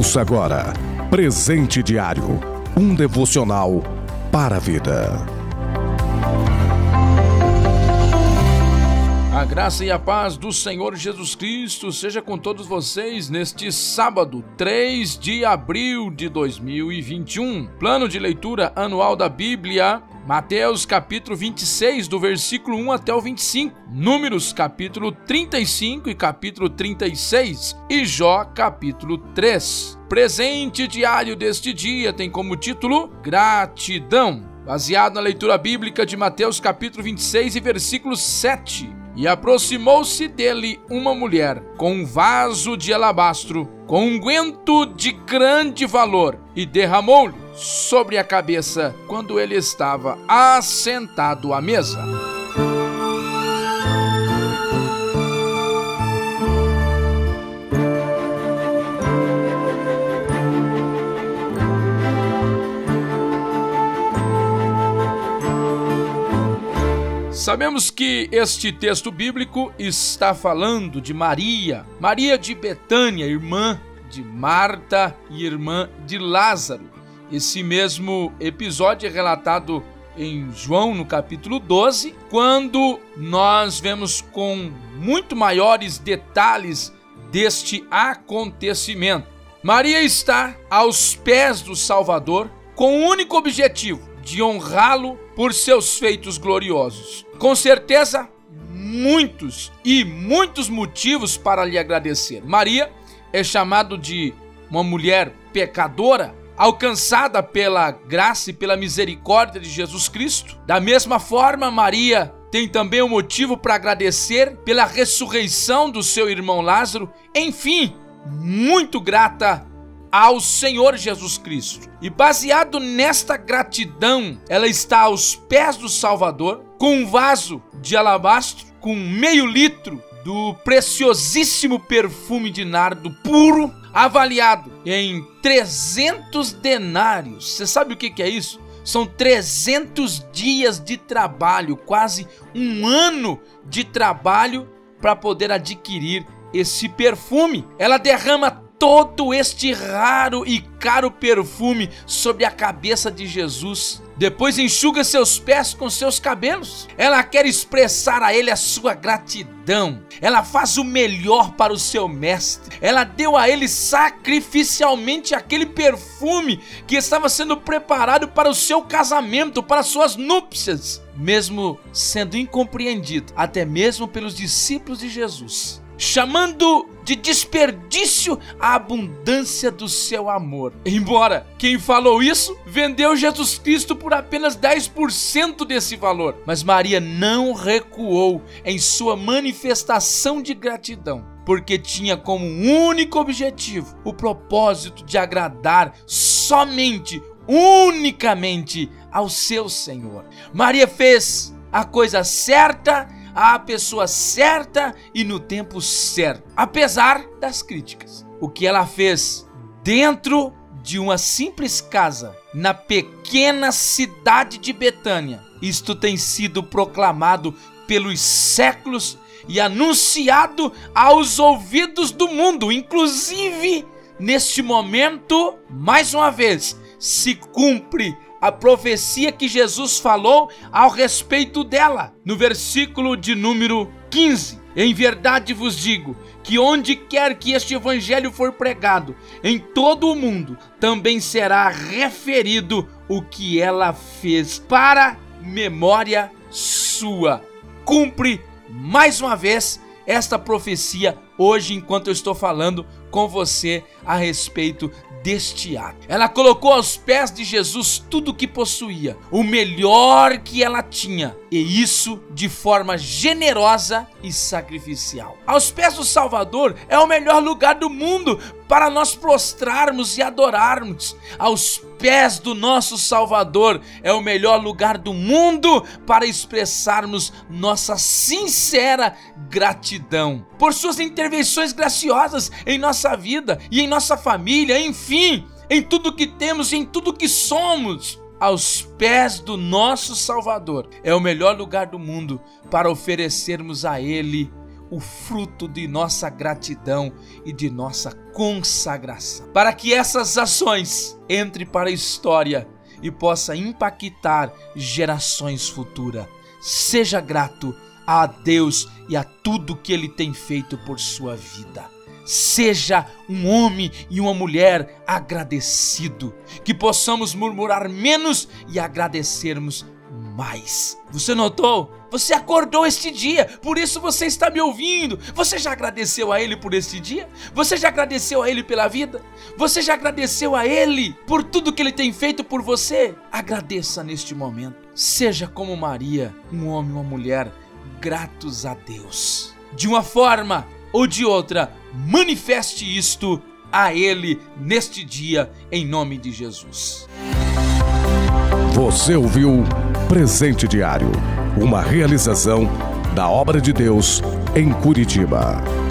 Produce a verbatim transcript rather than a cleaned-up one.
Ouça agora Presente Diário, um devocional para a vida. A graça e a paz do Senhor Jesus Cristo seja com todos vocês neste sábado, três de abril de dois mil e vinte e um. Plano de leitura anual da Bíblia, Mateus capítulo vinte e seis, do versículo um até o vinte e cinco, Números capítulo trinta e cinco e capítulo trinta e seis e Jó capítulo três. Presente diário deste dia tem como título Gratidão, baseado na leitura bíblica de Mateus capítulo vinte e seis e versículo sete. E aproximou-se dele uma mulher com um vaso de alabastro, com unguento de grande valor, e derramou-lhe sobre a cabeça quando ele estava assentado à mesa. Sabemos que este texto bíblico está falando de Maria, Maria de Betânia, irmã de Marta e irmã de Lázaro. Esse mesmo episódio é relatado em João, no capítulo doze, quando nós vemos com muito maiores detalhes deste acontecimento. Maria está aos pés do Salvador com o único objetivo de honrá-lo por seus feitos gloriosos. Com certeza, muitos e muitos motivos para lhe agradecer. Maria é chamada de uma mulher pecadora, alcançada pela graça e pela misericórdia de Jesus Cristo. Da mesma forma, Maria tem também um motivo para agradecer pela ressurreição do seu irmão Lázaro. Enfim, muito grata ao Senhor Jesus Cristo. E baseado nesta gratidão, ela está aos pés do Salvador, com um vaso de alabastro, com meio litro do preciosíssimo perfume de nardo puro, avaliado em trezentos denários. Você sabe o que é isso? São trezentos dias de trabalho, quase um ano de trabalho para poder adquirir esse perfume. Ela derrama todo este raro e caro perfume sobre a cabeça de Jesus. Depois enxuga seus pés com seus cabelos. Ela quer expressar a ele a sua gratidão. Ela faz o melhor para o seu mestre. Ela deu a ele sacrificialmente aquele perfume que estava sendo preparado para o seu casamento, para suas núpcias, mesmo sendo incompreendido até mesmo pelos discípulos de Jesus, chamando de desperdício a abundância do seu amor. Embora quem falou isso vendeu Jesus Cristo por apenas dez por cento desse valor, mas Maria não recuou em sua manifestação de gratidão, porque tinha como único objetivo o propósito de agradar somente, unicamente ao seu Senhor. Maria fez a coisa certa, a pessoa certa e no tempo certo, apesar das críticas. O que ela fez dentro de uma simples casa, na pequena cidade de Betânia, isto tem sido proclamado pelos séculos e anunciado aos ouvidos do mundo. Inclusive, neste momento, mais uma vez, se cumpre a profecia que Jesus falou ao respeito dela, no versículo de número quinze. Em verdade vos digo que onde quer que este evangelho for pregado, em todo o mundo, também será referido o que ela fez para memória sua. Cumpre mais uma vez esta profecia hoje, enquanto eu estou falando com você a respeito deste ato. Ela colocou aos pés de Jesus tudo o que possuía, o melhor que ela tinha, e isso de forma generosa e sacrificial. Aos pés do Salvador é o melhor lugar do mundo para nós prostrarmos e adorarmos. Aos pés do nosso Salvador é o melhor lugar do mundo para expressarmos nossa sincera gratidão por suas intervenções graciosas em nossa vida e em nossa família, enfim, em tudo que temos e em tudo que somos. Aos pés do nosso Salvador é o melhor lugar do mundo para oferecermos a Ele o fruto de nossa gratidão e de nossa consagração. Para que essas ações entrem para a história e possa impactar gerações futuras. Seja grato a Deus e a tudo que Ele tem feito por sua vida. Seja um homem e uma mulher agradecido, que possamos murmurar menos e agradecermos mais. Você notou? Você acordou este dia, por isso você está me ouvindo. Você já agradeceu a Ele por este dia? Você já agradeceu a Ele pela vida? Você já agradeceu a Ele por tudo que Ele tem feito por você? Agradeça neste momento. Seja como Maria, um homem e uma mulher gratos a Deus. De uma forma ou de outra, manifeste isto a Ele neste dia, em nome de Jesus. Você ouviu Presente Diário, uma realização da Obra de Deus em Curitiba.